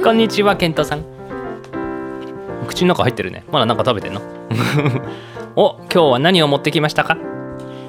こんにちは、ケントさん。口の中入ってるね。まだなんか食べてんの？お、今日は何を持ってきましたか？ 今日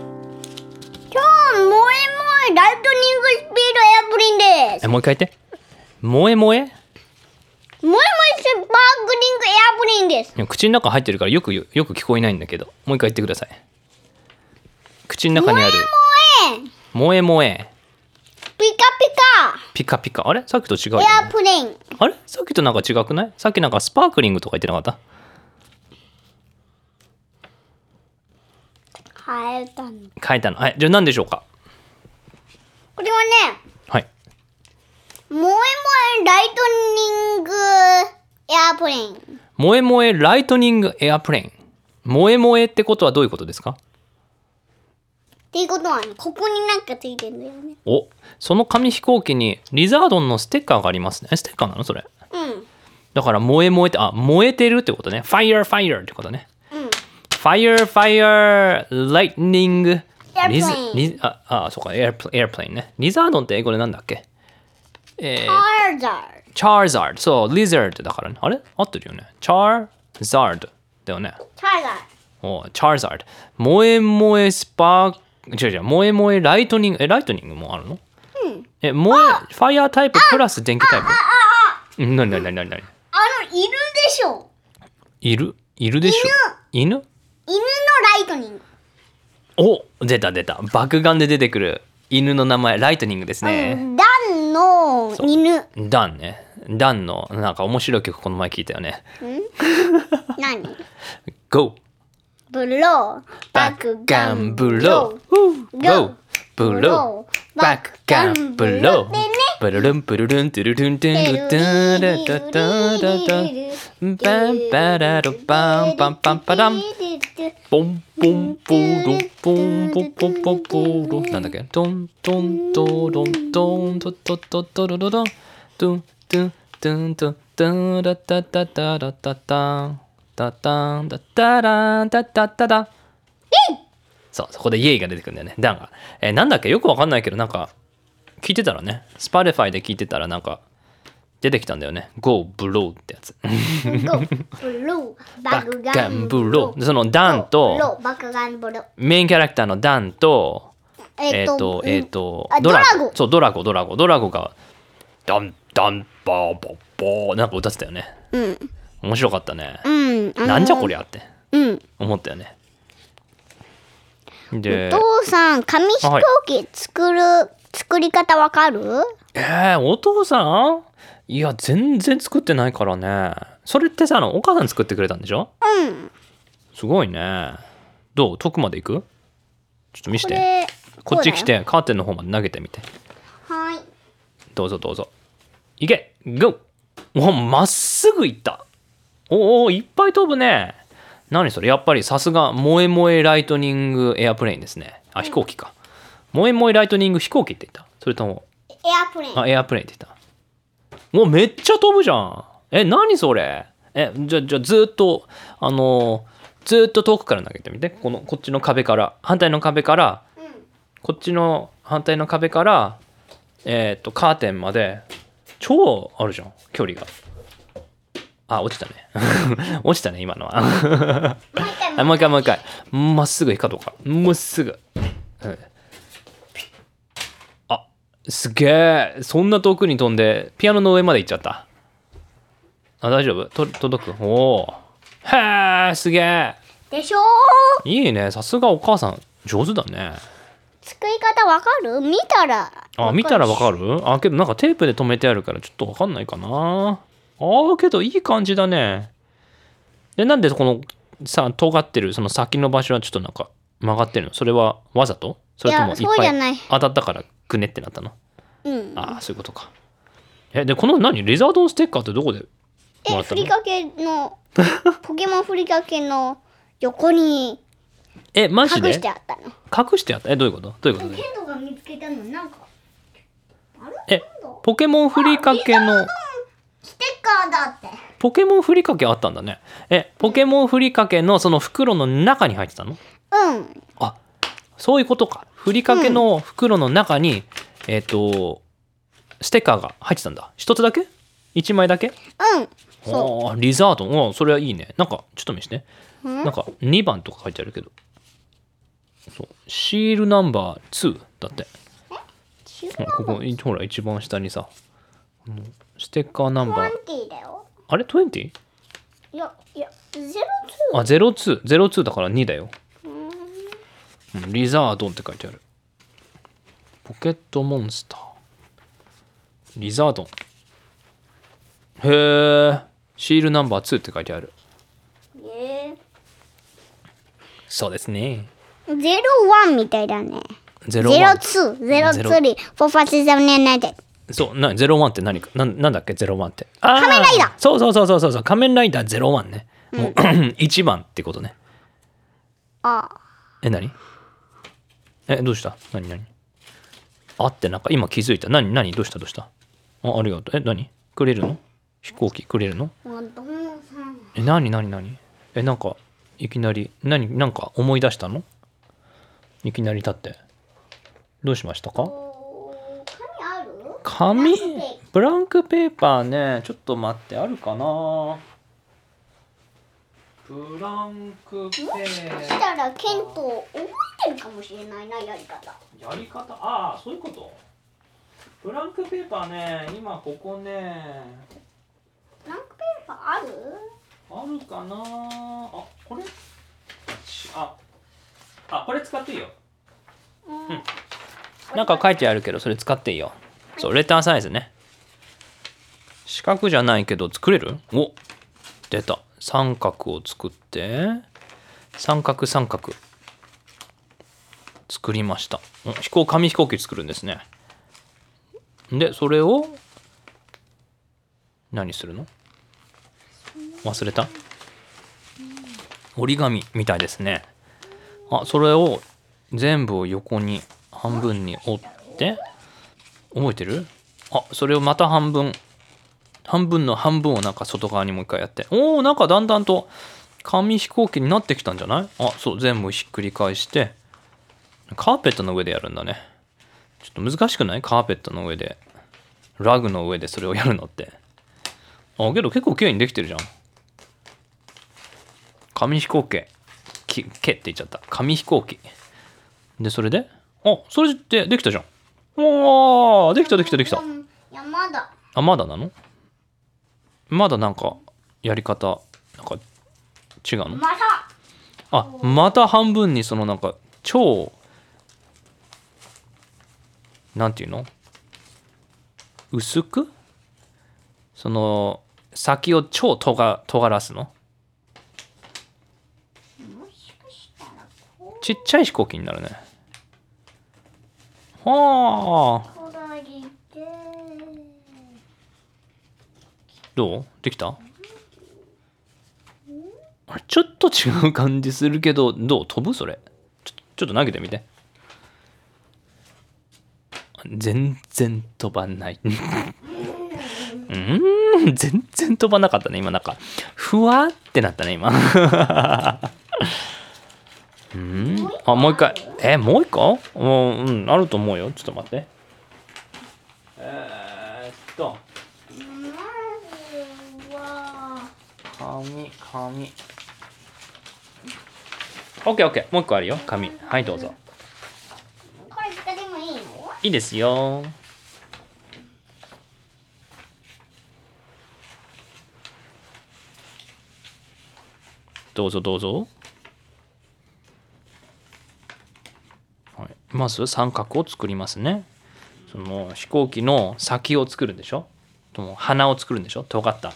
はもえライトニングスピードエアプリンです。 もう一回言って。もえもえ？ もえスパークリングエアプリンです。 口の中入ってるからよく聞こえないんだけど、もう一回言ってください。口の中にあるもえもえピカピカピカ。あれさっきと違うよピカエね。 アプリン。 あれさっきとなんか違くない？さっきなんかスパークリングとか言ってなかった？ 変えたの。 変えたの。はい、じゃあ何でしょうか？ これはね、 はい。 もえライトニングエアプリン。 もえもえライトニングエアプレイン。もえもえってことはどういうことですか？ っていうことはね、ここになんかついてんだよね。 お、その紙飛行機にリザードンのステッカーがありますね。ステッカーなのそれ？ うんだから燃え燃えって、燃えてるってことね。ファイヤーファイヤーってことね。 うん。 ファイヤーファイヤーライトニングそうか、エアプレインね。リザードンって英語でなんだっけ？ ハーザーチャーザード。そう、リザードだからね。あれ合ってるよね。チャーザードだよね。 チャーザー。 お、チャーザード。燃え燃えスパーク、違う、燃え燃えライトニング、ライトニングもあるの？ うん。 燃え、ファイヤータイププラス電気タイプ。なにいるでしょ。 いるでしょ。犬犬のライトニング。 お、出た。爆眼で出てくる犬の名前、ライトニングですね。 ダンの犬。 ダンね。ダンのなんか面白い曲この前聞いたよね。 何？ Go! ブロー。 バックガンブロー。Go! ブロー。バックガンブロー。ブルルンブルルントゥルルントゥルトゥラタタタタバンバラロバンパンパンパランポンポンポロポンポンポンポンポロなんだっけトントントロントントトトトロロロントントントントントンラタタタラタタンタタンタタランタタタタそう、そこでイエイが出てくるんだよね。ダンが。なんだっけよくわかんないけど、なんか、聞いてたらね、スパレファイで聞いてたらなんか、出てきたんだよね。Go Blow ってやつ。 ゴブロー。 バックガンブロー。そのダンと、 バックガンブロー。 メインキャラクターのダンと、ドラゴ。そう、ドラゴが、ダンダンバーバーバーなんか歌ってたよね。 うん。 面白かったね。 うん。 なんじゃこりゃってうん。 思ったよね。 おで、 父さん、紙飛行機作り方わかる？ お父さん？いや、全然作ってないからね。それってさ、お母さん作ってくれたんでしょ？ うん。 すごいね。どう？遠くまで行く？ちょっと見して。こっち来て、カーテンの方まで投げてみて。 はい。 どうぞ。行け！ GO！ お、まっすぐ行った。お、いっぱい飛ぶね。何それ？やっぱりさすが、萌え萌えライトニングエアプレインですね。飛行機か。萌え萌えライトニング飛行機って言った？それとも、 エアプレイン。 エアプレインって言った？もうめっちゃ飛ぶじゃん。何それ？じゃあずっと遠くから投げてみて。こっちの壁から、反対の壁から、こっちの反対の壁から、カーテンまで超あるじゃん、距離が。落ちたね。落ちたね今のは。もう一回。まっすぐ行くかどうか。まっすぐ。すげえ。そんな遠くに飛んでピアノの上まで行っちゃった。大丈夫？届く？おお。へえ、すげえ。 でしょ？ いいね。さすがお母さん上手だね。 作り方わかる？見たらわかる？けどなんかテープで留めてあるからちょっとわかんないかな。けどいい感じだね。で、なんでこのさ、尖ってるその先の場所はちょっとなんか曲がってるの？それはわざと？それともいっぱい当たったからくねってなったの？ うん。 そういうことか。で、このリザードンステッカーってどこでもらったの？ ふりかけのポケモンふりかけの横にマジで隠してあったの。 隠してあった？どういうこと？ ケントが見つけたのなんかポケモンふりかけのステッカーだって。 ポケモンふりかけあったんだね。ポケモンふりかけのその袋の中に入ってたの？ うん。 そういうことか。ふりかけの袋の中に、ステッカーが入ってたんだ。一つだけ？ 1枚だけ？ うんそリザードン。それはいいね。なんかちょっと見して。 うなんか2番とか書いてあるけど。そうシールナンバー2だって。ここほら一番下にさ、ステッカーナンバー。 20だよ。 あれ 20？ いや02。 あ、02だから2だよ。リザードンって書いてある。ポケットモンスター。リザードン。へえ。シールナンバー2って書いてある。そうですね。 01みたいだね。 01。 02、03、457。 そう、01って何か、なんだっけ、01って。仮面ライダー。 そう、仮面ライダー01ね。もう、1番ってことね。何どうした何あってなんか今気づいた。何どうしたありがとう。何くれるの飛行機くれるの何なんかいきなりなんか思い出したのいきなり立ってどうしましたか紙ブランクペーパーねちょっと待ってあるかなブランクペーパーしたらケント覚えてるかもしれないなやり方ああそういうことブランクペーパーね今ここねブランクペーパーあるかなこれこれ使っていいよなんか書いてあるけどそれ使っていいよそうレターサイズね四角じゃないけど作れる出た三角を作って三角作りました紙飛行機作るんですねでそれを何するの忘れた折り紙みたいですねそれを全部を横に半分に折って覚えてるそれをまた半分の半分をなんか外側にもう一回やってなんかだんだんと紙飛行機になってきたんじゃないそう全部ひっくり返してカーペットの上でやるんだねちょっと難しくないカーペットの上でラグの上でそれをやるのってけど結構綺麗にできてるじゃん紙飛行機毛って言っちゃった紙飛行機でそれでそれってできたじゃんできたいやまだまだなのまだなんかやり方なんか違うのまた半分にそのなんか超なんていうの薄くその先を超尖らすのちっちゃい飛行機になるねどうできたちょっと違う感じするけどどう飛ぶそれちょっと投げてみて全然飛ばない全然飛ばなかったね今なんかふわってなったね今もう一回もう一個あると思うよちょっと待って紙オッケーもう一個あるよ紙はいどうぞこれ使ってもいいのいいですよどうぞまず三角を作りますねその飛行機の先を作るんでしょ鼻を作るんでしょ尖った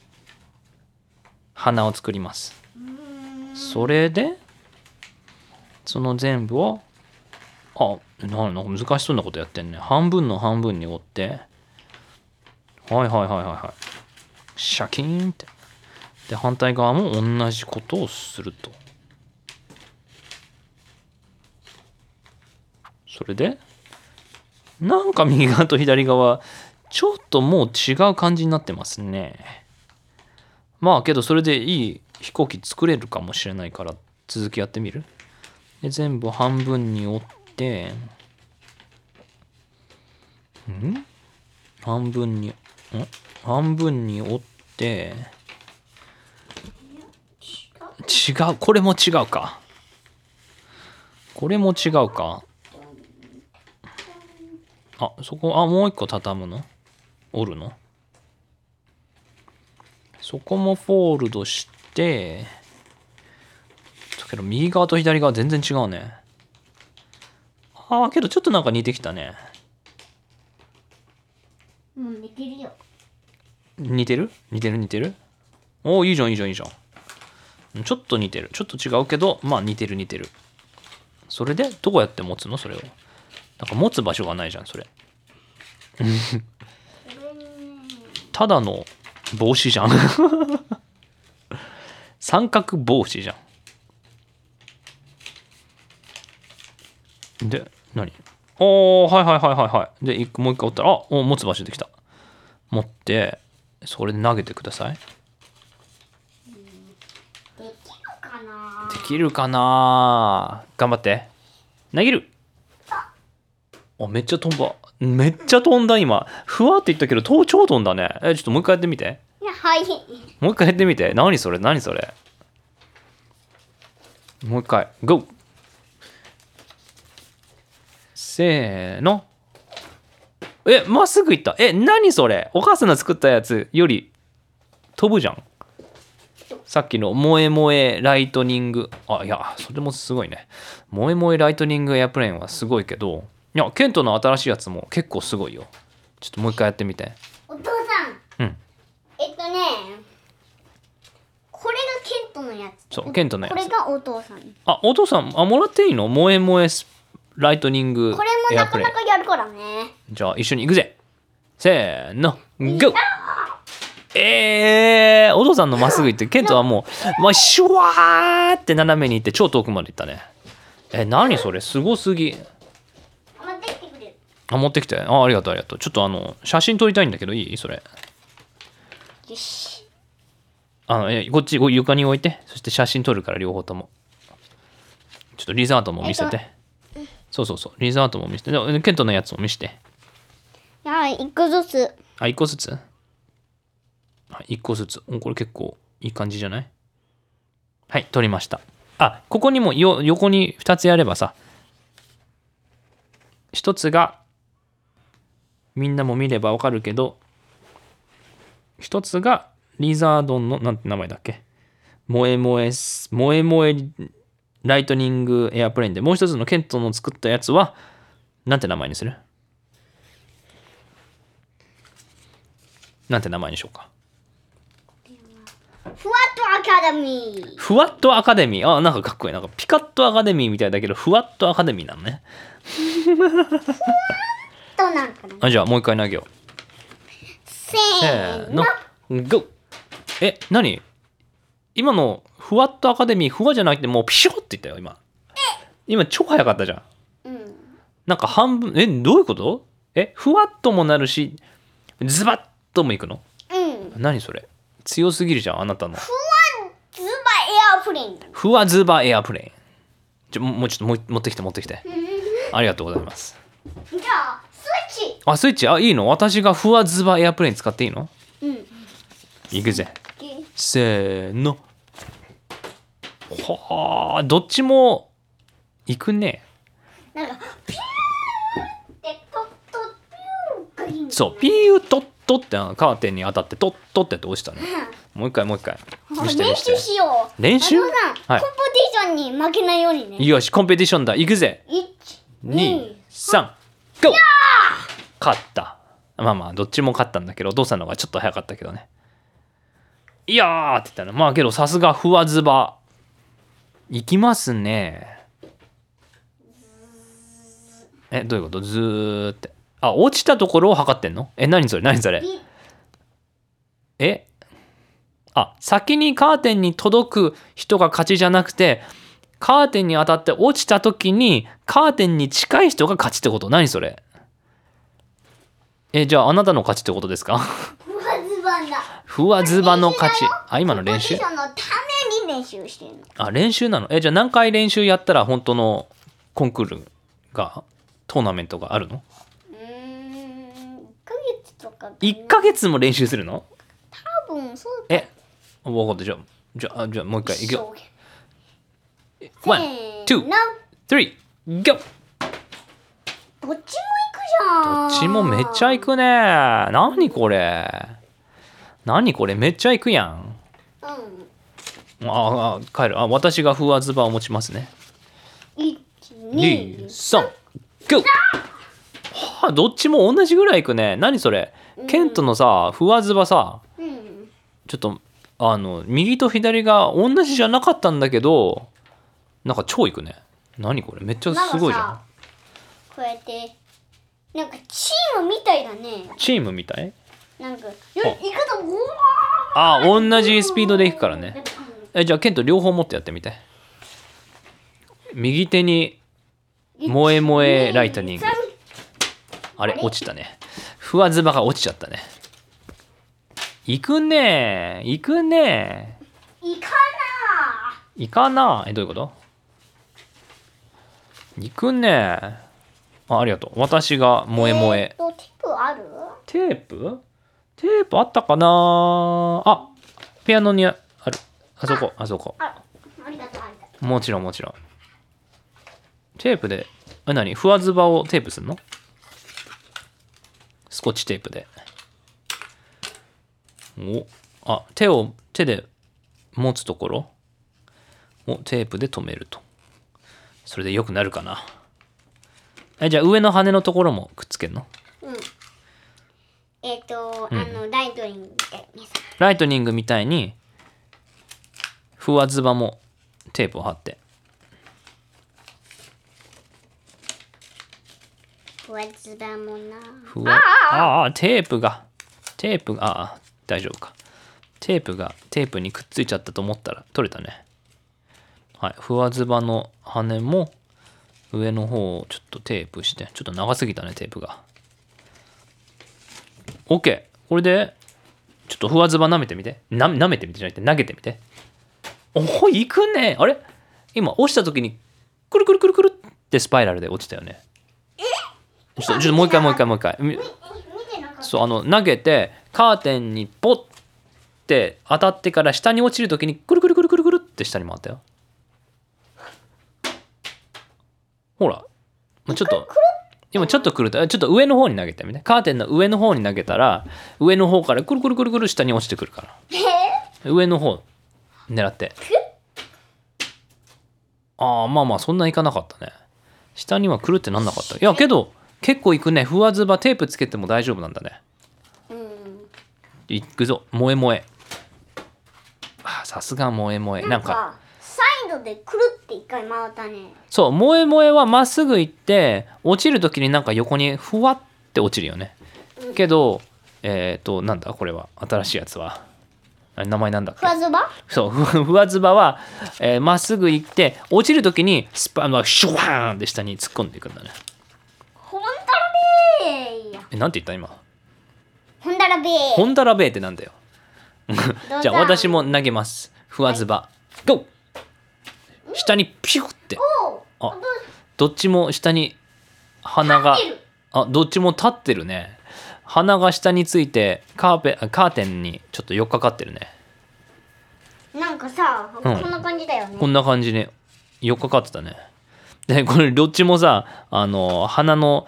鼻を作りますそれでその全部をなんか難しそうなことやってんね半分の半分に折ってはいシャキーンってで反対側も同じことをするとそれでなんか右側と左側ちょっともう違う感じになってますねけどそれでいい飛行機作れるかもしれないから続きやってみるで全部半分に折って半分に半分に折って、違う、これも違うか。これも違うか。あ、そこ、あ、もう一個畳むの？折るの？そこもフォールドして、だけど右側と左側全然違うね。ああ、けどちょっとなんか似てきたね。 似てるよ。 似てる？似てる似てる？おお、いいじゃんいいじゃんいいじゃん。ちょっと似てる。ちょっと違うけど、まあ似てる似てる。それでどうやって持つのそれを。なんか持つ場所がないじゃん、それ。ただの帽子じゃん。三角帽子じゃん。で、何？おー、はいはいはいはいはい。で、もう一回折ったら、あ、持つ場所できた。持って、それで投げてください。できるかな？頑張って。投げる。あ、めっちゃ飛んだ。めっちゃ飛んだ今。ふわって言ったけど、超飛んだね。ちょっともう一回やってみて。 はい。 もう一回やってみて。何それ何それ。もう一回。GO！ せーの。まっすぐ行った。何それ。お母さんの作ったやつより飛ぶじゃん。さっきの萌え萌えライトニング。あ、いや、それもすごいね。萌え萌えライトニングエアプレーンはすごいけど、いや、ケントの新しいやつも結構すごいよ。ちょっともう一回やってみて。 お父さん。 うん。 これがケントのやつ。 そう、ケントのやつ。 これがお父さん。 あ、お父さん、もらっていいの？萌え萌えライトニングエアプレーン。 これもなかなかやるからね。 じゃあ一緒に行くぜ。せーの、GO！お父さんのまっすぐ行って、ケントはもう、シュワーって斜めに行って超遠くまで行ったね。何それ、すごすぎ。 持ってきてくれる。 あ、持ってきて。ありがとうありがとう。ちょっと写真撮りたいんだけど、いい？それ。 よし。 こっち床に置いて、そして写真撮るから両方とも。ちょっとリザートも見せて。そうそうそう、リザートも見せて。ケントのやつも見せて。 はい、一個ずつ。 あ、一個ずつ？一個ずつ。これ結構いい感じじゃない？はい、撮りました。あ、ここにも横に2つやればさ、1つがみんなも見ればわかるけど、1つがリザードンのなんて名前だっけ？萌え萌えライトニングエアプレーンで、もう1つのケントの作ったやつはなんて名前にする？なんて名前にしようか。 ふわっとアカデミー。 ふわっとアカデミー。あ、なんかかっこいい。なんかピカッとアカデミーみたいだけど、ふわっとアカデミーなのね。 どうなるかな。 じゃあもう一回投げよう。 せーの。 GO！ 何？今のふわっとアカデミー、ふわじゃなくてもうピシュって言ったよ、今。今超早かったじゃん。なんか半分、どういうこと？ふわっともなるし、ズバッともいくの？何それ？強すぎるじゃん、あなたの。 ふわズバエアプレーン。 ふわズバエアプレーン。もうちょっと持ってきて。ありがとうございます。 じゃあスイッチ。 あ、スイッチ？あ、いいの？私がふわズバエアプレーン使っていいの？いくぜ。せーの。はあ、どっちもいくね。 なんかピューってトットピューがいいんだよね。 そう、ピュートットってカーテンに当たってトットって落ちたね。もう一回。見して練習しよう。 練習？ はい。コンペティションに負けないようにね。 よし、コンペティションだ。いくぜ。 1、2、 3、GO！ 勝った。まあどっちも勝ったんだけど、お父さんの方がちょっと早かったけどね。いやーって言ったら、まあけどさすがふわズバ。いきますね。どういうこと？ずーって。あ、落ちたところを測ってんの？何それ？あ、先にカーテンに届く人が勝ちじゃなくて、カーテンに当たって落ちた時にカーテンに近い人が勝ちってこと？何それ？じゃああなたの勝ちってことですか？ ふわズバだ。 ふわズバの勝ち。あ、今の練習？ コンペティションのために練習してるの。 あ、練習なの？じゃあ何回練習やったら本当のコンクールが、トーナメントがあるの？ 1ヶ月とかか 1ヶ月も練習するの？ 多分そうえ、分かった。じゃあもう一回いくよ。ワン、ツー、 せーのスリー、ゴー。 どっちも行くじゃん。 どっちもめっちゃ行くね。何これめっちゃ行くやん。帰る。私がふわずばを持ちますね。 1、 2、 2、 3、ゴー。はあ、どっちも同じぐらい行くね。何それ。ケントのさ、ふわずばさ、 うんちょっと右と左が同じじゃなかったんだけど、なんか超行くね。何これめっちゃすごいじゃん。 こうやってなんかチームみたいだね。 チームみたい？ なんか行くとうわ同じスピードで行くからね。じゃあケント両方持ってやってみて。右手に萌え萌えライトニング。あれ落ちたね。ふわずばが落ちちゃったね。行くね。 行かな行かな。どういうこと？行くね。ありがとう。私が萌え萌え。 テープある？ テープあったかな。ピアノにある。あそこ。 ありがとう。 もちろん。テープで、何？ふわずばをテープするの？スコッチテープで。手で持つところをテープで留めると。それでよくなるかな。じゃあ上の羽のところもくっつけるの？ ライトニングみたいにさ。 ライトニングみたいにふわずばもテープを貼って。 ふわずばもな。 テープが大丈夫か。テープにくっついちゃったと思ったら取れたね。はい、ふわずばの羽も上の方をちょっとテープして、ちょっと長すぎたねテープが。 OK。 これでちょっとふわずば舐めてみて。舐めてみてじゃなくて投げてみて。いくね。あれ今落ちた時にくるくるくるくるってスパイラルで落ちたよね。ちょっともう一回。そう投げてカーテンにポッて当たってから下に落ちる時にくるくるくるくるくるって下に回ったよ。ほらちょっと今ちょっとくるとちょっと上の方に投げてみて。カーテンの上の方に投げたら上の方からくるくるくるくる下に落ちてくるから、上の方狙って。まあそんないかなかったね。下にはくるってなんなかった。いやけど結構いくね。ふわずばテープつけても大丈夫なんだね。いくぞ萌え萌え。さすが萌え萌え。なんかサイドでくるって一回回ったね。 そう、萌え萌えはまっすぐ行って落ちる時になんか横にふわって落ちるよね。けどなんだこれは新しいやつは名前なんだっけ。 ふわずば？ そうふわずばはまっすぐ行って落ちる時にシュワーンって下に突っ込んでいくんだね。 ほんだらべー。 なんて言った今。 ほんだらべー。 ほんだらべーってなんだよ。じゃあ私も投げます。ふわずば、ゴー。下にピュッて。どっちも下に鼻がどっちも立ってるね。鼻が下についてカーテンにちょっと寄っかかってるね。 なんかさ、こんな感じだよね。 こんな感じに寄っかかってたね。でこれどっちもさ鼻の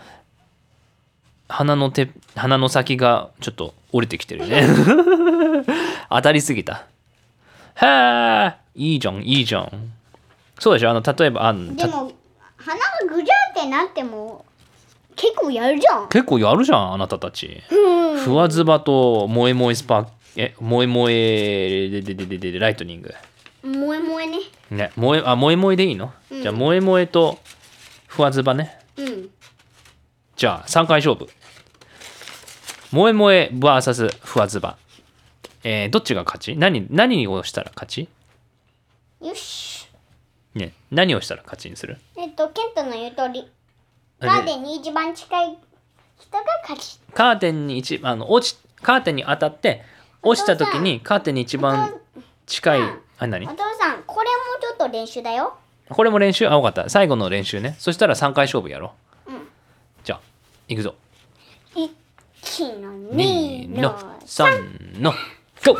先がちょっと降りてきてるね。当たりすぎた。へえ、いいじゃん。そうでしょ。例えばでも鼻がぐじゃってなっても結構やるじゃん。 結構やるじゃんあなたたち。ふわずばと萌え萌え萌え萌えライトニング。 萌え萌えね。 ね、萌え萌えでいいの？じゃあ萌え萌えとふわずばね。じゃあ3回勝負。萌え萌え vs ふわずば。どっちが勝ち？何をしたら勝ち？ よし。 ね、何をしたら勝ちにする？ ケントの言う通り。カーテンに一番近い人が勝ち。 カーテンにカーテンに当たって落ちた時にカーテンに一番近い。何？ お父さん、これもちょっと練習だよ。 これも練習？分かった。最後の練習ね。そしたら3回勝負やろう。じゃあ行くぞ。 1、 1の 2 2 のの 3の GO！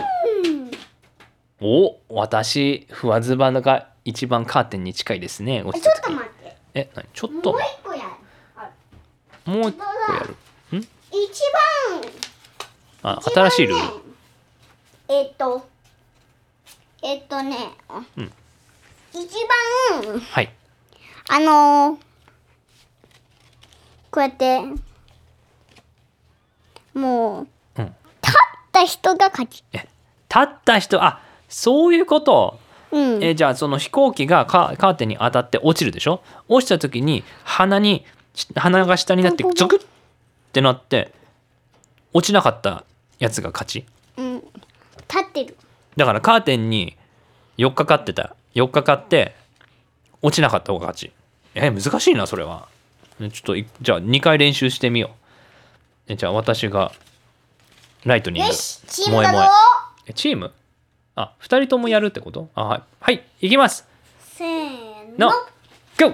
お、私ふわずばが一番カーテンに近いですね。落ちちょた時っと待って。 何ちょっともう一個やる。 もう一個やる。 一番新しいルール。 一番はい。 こうやってもううん、 立った人が勝ち。 立った人、そういうこと。 うん。 じゃあその飛行機がカーテンに当たって落ちるでしょ。落ちた時に鼻が下になってゾクッってなって落ちなかったやつが勝ち。 うん。立ってる。 だからカーテンに寄っかかって落ちなかった方が勝ち。難しいなそれは。ちょっとじゃあ2回練習してみよう。じゃあ私がライトニング。 よし、チームだぞ。 チーム2人ともやるってこと？はいはい行きます。 せーの。 GO！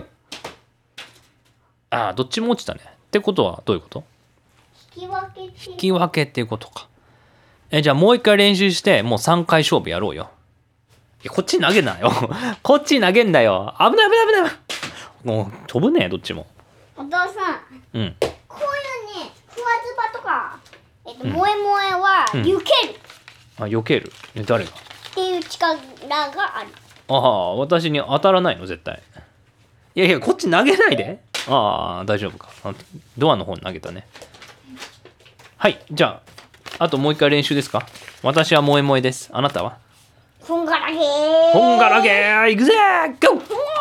どっちも落ちたね。ってことはどういうこと？ 引き分けっていうことか。じゃあもう一回練習してもう3回勝負やろうよ。こっち投げんなよこっち投げんだよ。危ない。もう飛ぶねどっちも。 お父さん、 うん。 こういうねふわずばとか萌え萌えはうん避ける避ける。誰が？ っていう力がある。 私に当たらないの絶対。いやこっち投げないで。大丈夫か。ドアの方に投げたね。はいじゃああともう一回練習ですか。私は萌え萌えです。あなたは？ ほんがらげー。 ほんがらげー。いくぜー。ゴー。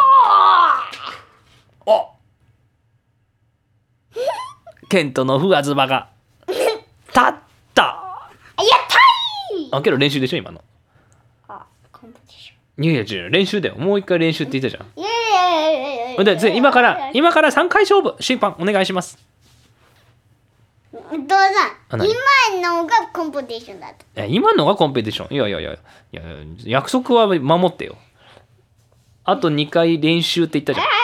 おケントのふわずばが立った。 やったー。 けど練習でしょ今の。 コンペティシいや練習だよ。もう一回練習って言ったじゃん。 ョン。いやで今から3回勝負。審判お願いします。 お父さん、 何今のがコンペティションだった。 今のがコンペティション。いや約束は守ってよ。あと2回練習って言ったじゃん。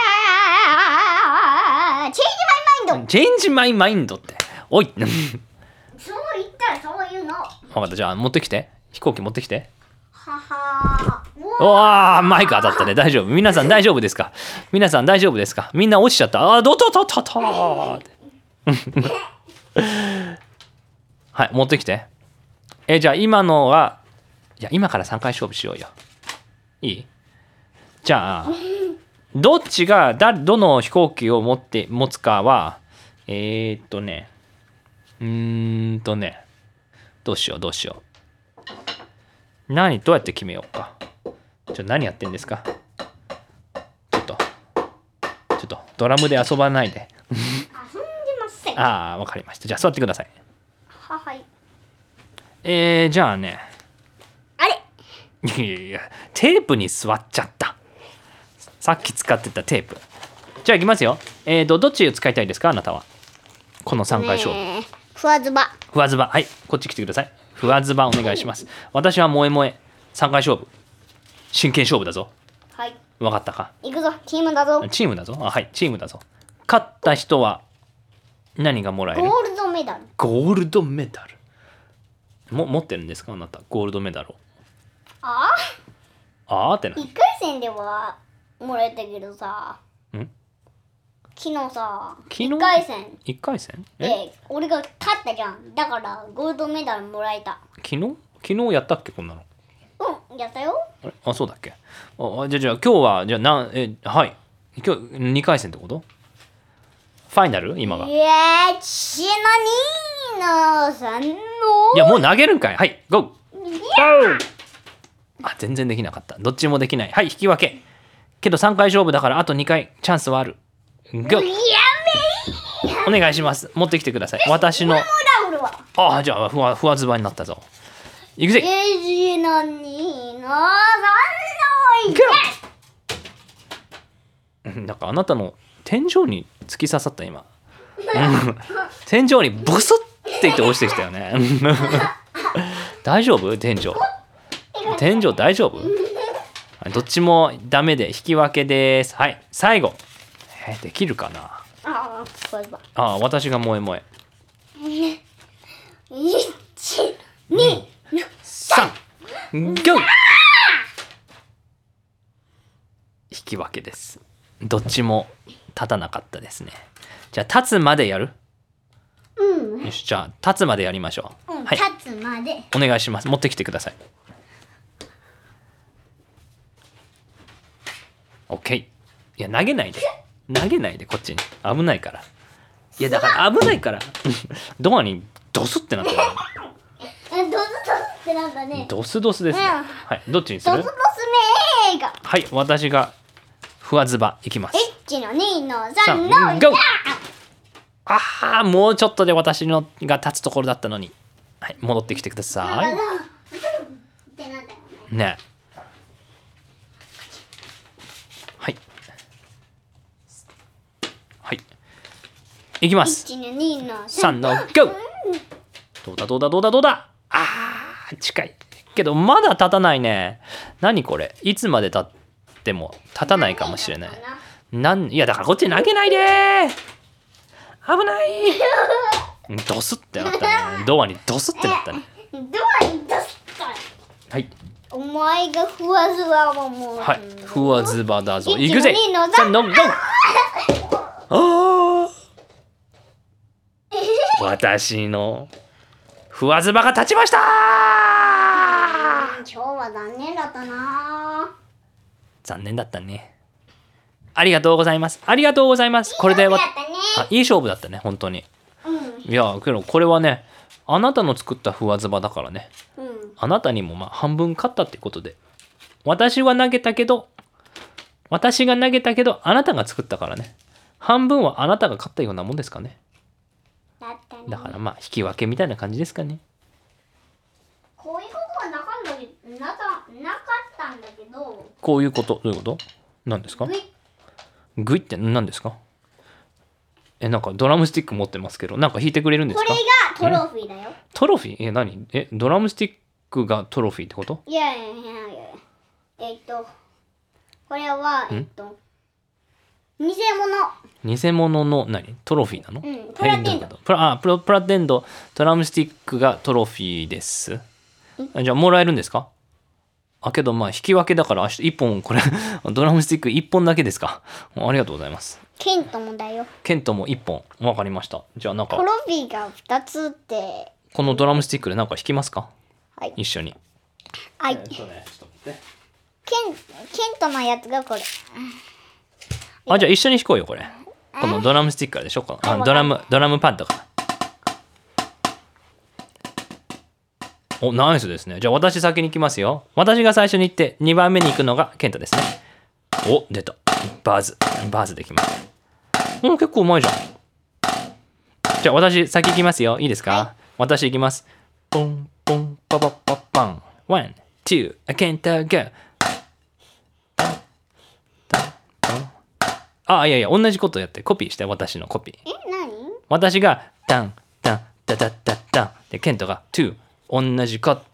チェンジマイマインド。 チェンジマイマインドっておいそう言ったらそういうの。 分かった。じゃあ持ってきて。飛行機持ってきて。 ははおマイク当たったね。大丈夫。皆さん大丈夫ですか？みんな落ちちゃった。どとはい持ってきて。じゃあ今のは今から3回勝負しようよ。いい？じゃあどっちがどの飛行機を持つかはどうしよう。どうやって決めようか。何やってんですか。ちょっとドラムで遊ばないで。 遊んでません。 わかりました。じゃあ座ってください。 はい。 じゃあね。 あれ？ いやテープに座っちゃった。さっき使ってたテープ。じゃあいきますよ。どっちを使いたいですかあなたは。この3回勝負。 ふわずば。 はいこっち来てください。ふわずばお願いします。私は萌え萌え3回勝負。真剣勝負だぞ。 はい。 分かったか。 行くぞ。チームだぞ。 チームだぞ。はいチームだぞ。勝った人は何がもらえる？ ゴールドメダル。 ゴールドメダル。持ってるんですかあなたゴールドメダルを。ってな。 1回戦ではもらえたけどさ。昨日さ。1回戦。 1回戦？ 俺が勝ったじゃん。だからゴールドメダルもらえた。 昨日やったっけこんなの。 やったよ。 そうだっけ。じゃあ今日ははい今日2回戦ってこと？ファイナル今が。 1の2の3の。 いやもう投げるんかい。はいゴー。全然できなかった。どっちもできない。はい引き分け。けど3回勝負だからあと2回チャンスはある。ゴー。お願いします。持ってきてください。私の。じゃあふわずばになったぞ。いくぜ。 1の2の3の 1。なんかあなたの天井に突き刺さった今。天井にブスって言って落ちてきたよね。大丈夫？天井大丈夫？どっちもダメで引き分けです。はい最後。できるかな。私が萌え萌え。 1、2、 3、GO！ 引き分けです。どっちも立たなかったですね。じゃあ立つまでやる？よし、じゃあ立つまでやりましょう。はい、 立つまで。 お願いします。持ってきてください。OK。いや、投げないでこっちに。危ないから。いや、だから危ないからドアにドスってなってる。 ドスドスってなんだね。 ドスドスですね。はい、どっちにする？ ドスドスめーが。 はい、私がふわずばいきます。 1の2の3のゴー！ああ、もうちょっとで私のが立つところだったのに。はい、戻ってきてください。ね。はい。いきます。 1の2の 3のゴー！どうだあー、近い。けどまだ立たないね。何これ？いつまで立っても立たないかもしれない。いや、だからこっちに投げないでー。危ない。ドスってなったね。ドアにドスってなったね。 ドアにドスから。 はい。 お前がふわずわをもう。 はい。ふわずばだぞ。行くぜ。 1の2の 3のゴー！あー。私のふわずばが立ちましたー。 今日は残念だったな。 残念だったね。ありがとうございます。ありがとうございます。これでいい勝負だったね、本当に。いや、けどこれはね、あなたの作ったふわずばだからね。あなたにもまあ半分勝ったってことで。私が投げたけど、あなたが作ったからね。半分はあなたが勝ったようなもんですかね。だからまあ引き分けみたいな感じですかね。 こういうことはなかったんだけど。 こういうこと、どういうこと？何ですか？グイって何ですか？なんかドラムスティック持ってますけど、なんか弾いてくれるんですか？ これがトロフィーだよ。 トロフィー？何？ドラムスティックがトロフィーってこと？ いや。これは偽物の何？トロフィーなの？ プラテンド。 プラテンドドラムスティックがトロフィーです。じゃあもらえるんですか？けどまあ引き分けだから1本これドラムスティック1本だけですか？ありがとうございます。 ケントもだよ。 ケントも1本。わかりました。じゃあなんかトロフィーが2つってこのドラムスティックでなんか弾きますか？ はい。 一緒に。 はい。ケントのやつがこれ。 じゃあ一緒に弾こうよこれ。このドラムスティックからでしょ？ドラムパッドから。お、ナイスですね。じゃあ私先に行きますよ。私が最初に行って2番目に行くのがケントですね。お、出た。バーズできます。結構うまいじゃん。じゃあ私先行きますよ。いいですか？はい、私行きます。ポンポンパパパパン。ワン、ツー、ケントゴー。いや同じことやってコピーして私のコピー。 何？ 私がタンタンタタタタンでケントがトゥ同じこと。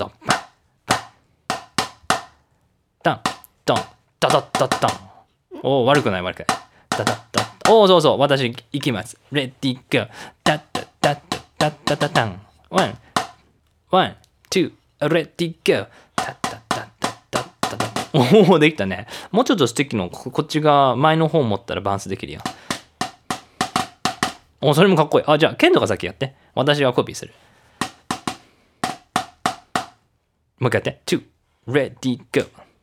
タンタンタタタタン。悪くない。タタタ。そう私行きます。レディーゴー。タタタタタタタタン。ワンツーレディーゴー。タタタタタタタ。できたね。もうちょっとスティックのこっちが前の方持ったらバウンスできるよ。それもかっこいい。じゃあケントが先やって。私はコピーする。もう一回やって。2 ready go。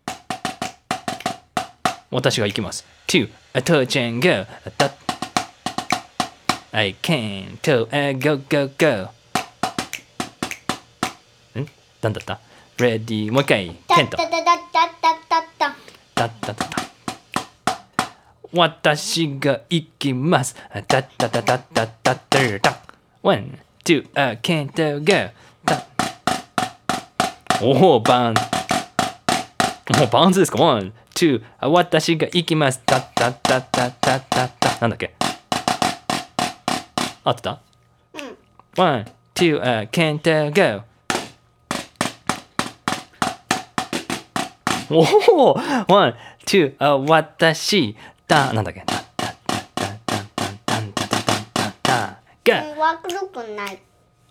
私が行きます。2 touch and go。I can't go go go。なんだった？ ready もう一回。ケント。私が行きます。タッタタタタタタタ。One, two, can't go. バウンズですか？ One, two, 私が行きます。タッタタタタタタ。なんだっけ？合ってた？ One, two, can't go. One, two, 私なんだっけ？ 悪くない。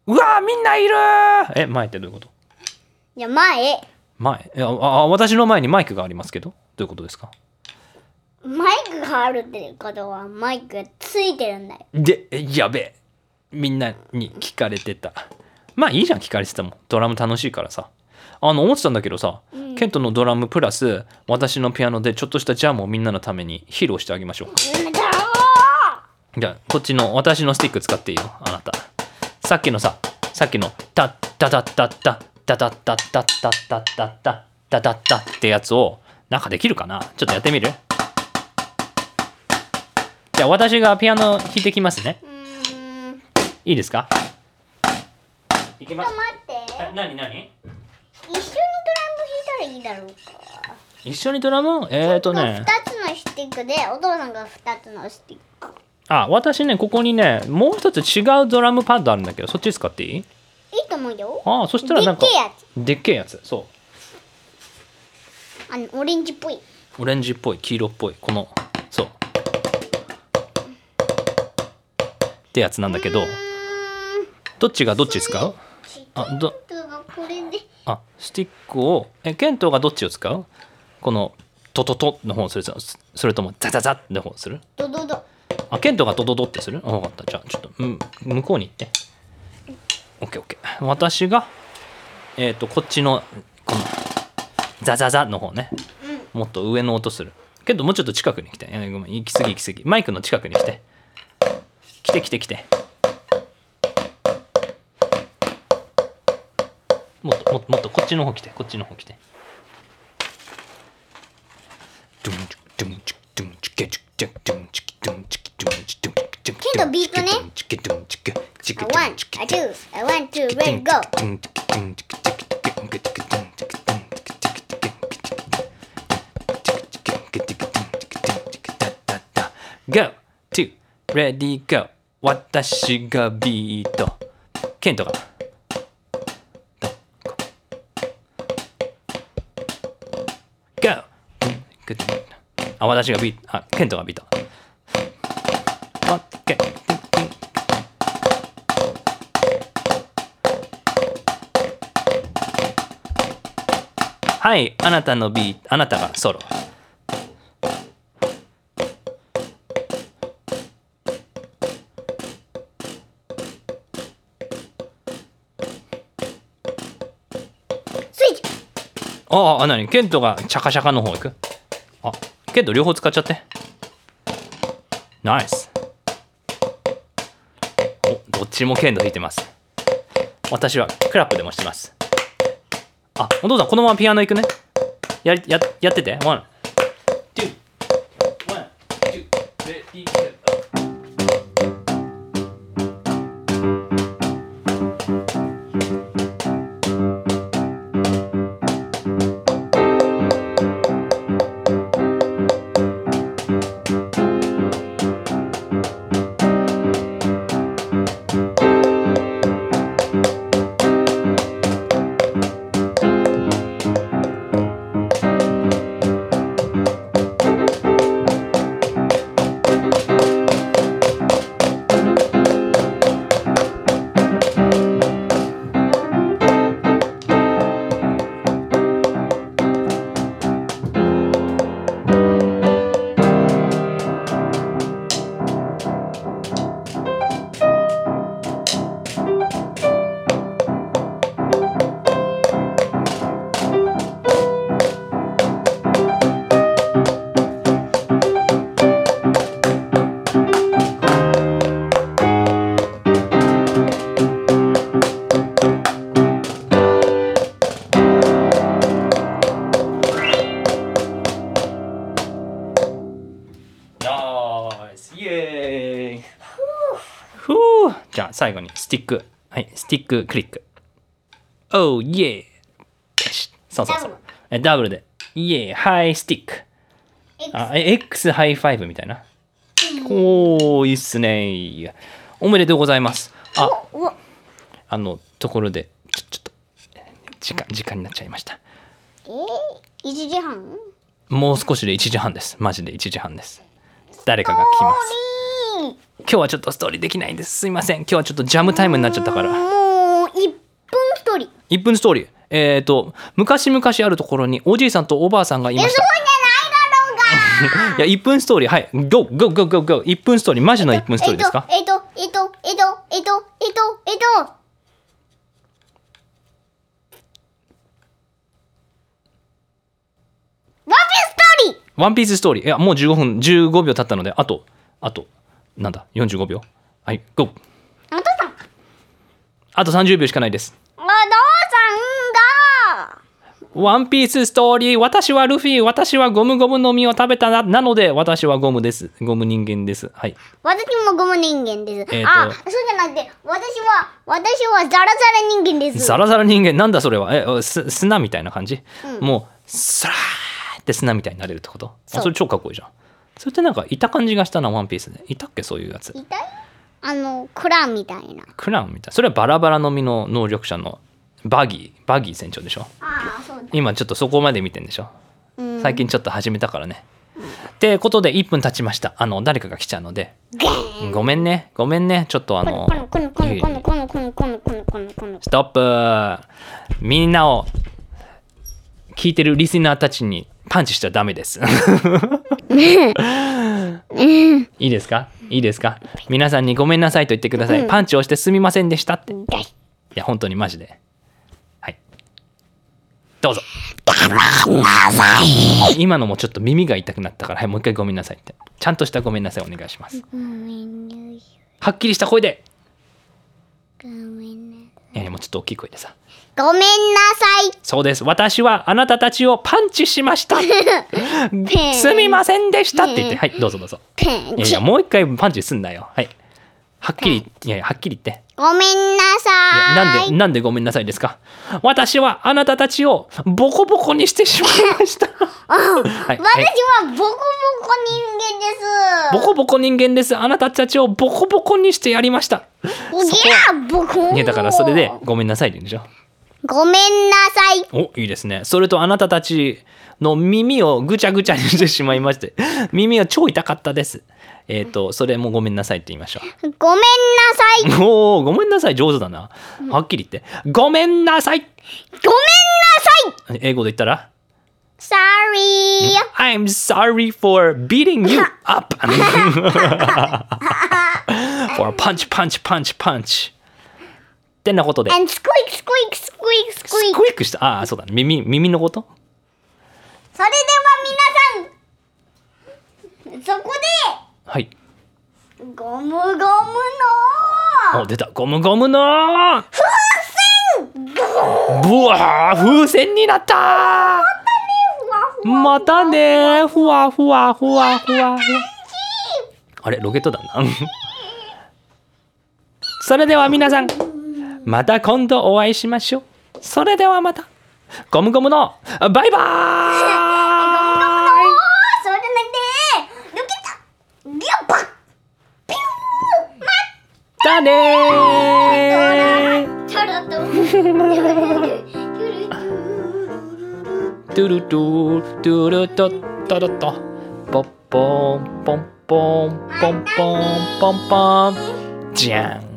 うわーみんないるー。前ってどういうこと？ いや前。 私の前にマイクがありますけど、どういうことですか？ マイクがあるってことはマイクがついてるんだよ。 で、やべえ。みんなに聞かれてた。まあいいじゃん、聞かれてたもん。ドラム楽しいからさ。思ってたんだけどさ、ケントのドラムプラス私のピアノでちょっとしたジャムをみんなのために披露してあげましょう。じゃあこっちの私のスティック使っていいよ、あなた。さっきのタッタッタッタッタッタッタッタッタッタッタッタッタッタッタッタッってやつをなんかできるかな。ちょっとやってみる？じゃあ私がピアノ弾いてきますね。いいですか？いきます。 待って。 何？ 一緒にドラム弾いたらいいだろうか。 一緒にドラム 2つのスティックでお父さんが2つのスティック。 私ねここにねもう一つ違うドラムパッドあるんだけど、そっち使っていい？いいと思うよ。 そしたらなんかでっけえやつ。そう。 オレンジっぽい。 オレンジっぽい、黄色っぽい、このそうってやつなんだけど、どっち使う？スティックをケントがどっちを使う？このトトトの方をする？それともザザザの方をする？ ドドド。 ケントがドドドってする？分かった。じゃあちょっと、向こうに行って。オッケー。私がこっちのこのザザザの方ね、もっと上の音するけど、もうちょっと近くに来て。ごめん、行き過ぎ。マイクの近くに来て。来て。もっとこっちの方来て。ケントビートね。One, two, ready, go. Go, two, ready, go. 私がビート。ケントが。Go. 私がビート。ケントがビート。はい、あなたのビート、あなたがソロ。何？ケントがチャカチャカの方行く？ケント両方使っちゃって。ナイス。どっちもケント弾いてます。私はクラップでもしてます。お父さんこのままピアノ行くね。やってて。1、2、1、2、レディー。じゃあ最後にスティック。はい、スティッククリック。Oh yeah。そう。ダブルで。Yeah、ハイスティック。X ハイファイブみたいな。いいっすね。おめでとうございます。ところでちょっと時間になっちゃいました。 1時半？ もう少しで1時半です。マジで1時半です。誰かが来ます。今日はちょっとストーリーできないんです。すいません。今日はちょっとジャムタイムになっちゃったから。 1分ストーリー。昔々あるところにおじいさんとおばあさんがいました。 そうじゃないだろうが。 いや1分ストーリー、はい、ゴーゴーゴーゴーゴー。1分ストーリー、マジの1分ストーリーですか？ワンピースストーリー。いやもう15秒経ったので、あとなんだ45秒。はい、ゴー。あと30秒しかないです。 お父さんがワンピースストーリー。私はルフィ、私はゴムゴムの実を食べたなので私はゴムです。ゴム人間です。はい。 私もゴム人間です。そうじゃなくて私はザラザラ人間です。 ザラザラ人間、なんだそれは。砂みたいな感じ、もうスラーって砂みたいになれるってこと？それ超かっこいいじゃん。それってなんかいた感じがしたな、ワンピースで。いたっけ、そういうやつ。 いたよ。クランみたいな。 クラウンみたいな。それはバラバラの実の能力者のバギー船長でしょ。 そうだ。 今ちょっとそこまで見てんでしょ。最近ちょっと始めたからね。ってことで1分経ちました。誰かが来ちゃうので、ごめんねちょっとストップ。みんなを聞いてるリスナーたちにパンチしちゃダメです。いいですか皆さんにごめんなさいと言ってください。パンチをしてすみませんでしたって。いや本当にマジで。はい、どうぞ。今のもちょっと耳が痛くなったから、はい、もう一回ごめんなさいって。ちゃんとしたごめんなさいお願いします。はっきりした声で。 ごめんなさい。 いやもうちょっと大きい声でさ。 ごめんなさい。 そうです。私はあなたたちをパンチしました。すみませんでしたって言って、はい、どうぞ。いやもう一回パンチすんなよ。はい。はっきり言って。 ごめんなさい。 なんでごめんなさいですか？私はあなたたちをボコボコにしてしまいました。はい、 私はボコボコ人間です。 ボコボコ人間です。あなたたちをボコボコにしてやりました。 ボコ。 いやだからそれでごめんなさいでいいんでしょ。 ごめんなさい。 お、いいですね。それとあなたたちの耳をぐちゃぐちゃにしてしまいまして、耳が超痛かったです。それもごめんなさいって言いましょう。 ごめんなさい。 おー、ごめんなさい上手だな。はっきり言って。ごめんなさい。 ごめんなさい。 英語で言ったら Sorry. I'm sorry for beating you up. for punch.ってなことで。 And squeak. スクイックした。そうだね。耳のこと。 それでは皆さん、そこで、 はい。 ゴムゴムの出た。ゴムゴムの風ブワー、風船になったー。またね、ふわふわ。あれ、ロケットだな。それでは皆さん、また今度お会いしましょう。それではまた。ゴムゴムのバイバーイ。 ゴムゴムのそうじゃなくて、ロケットギュッパッピューまたねー。 ちょろっとトゥルトゥトゥルトットロットポッポンポンポンポンポンポンポンじゃん。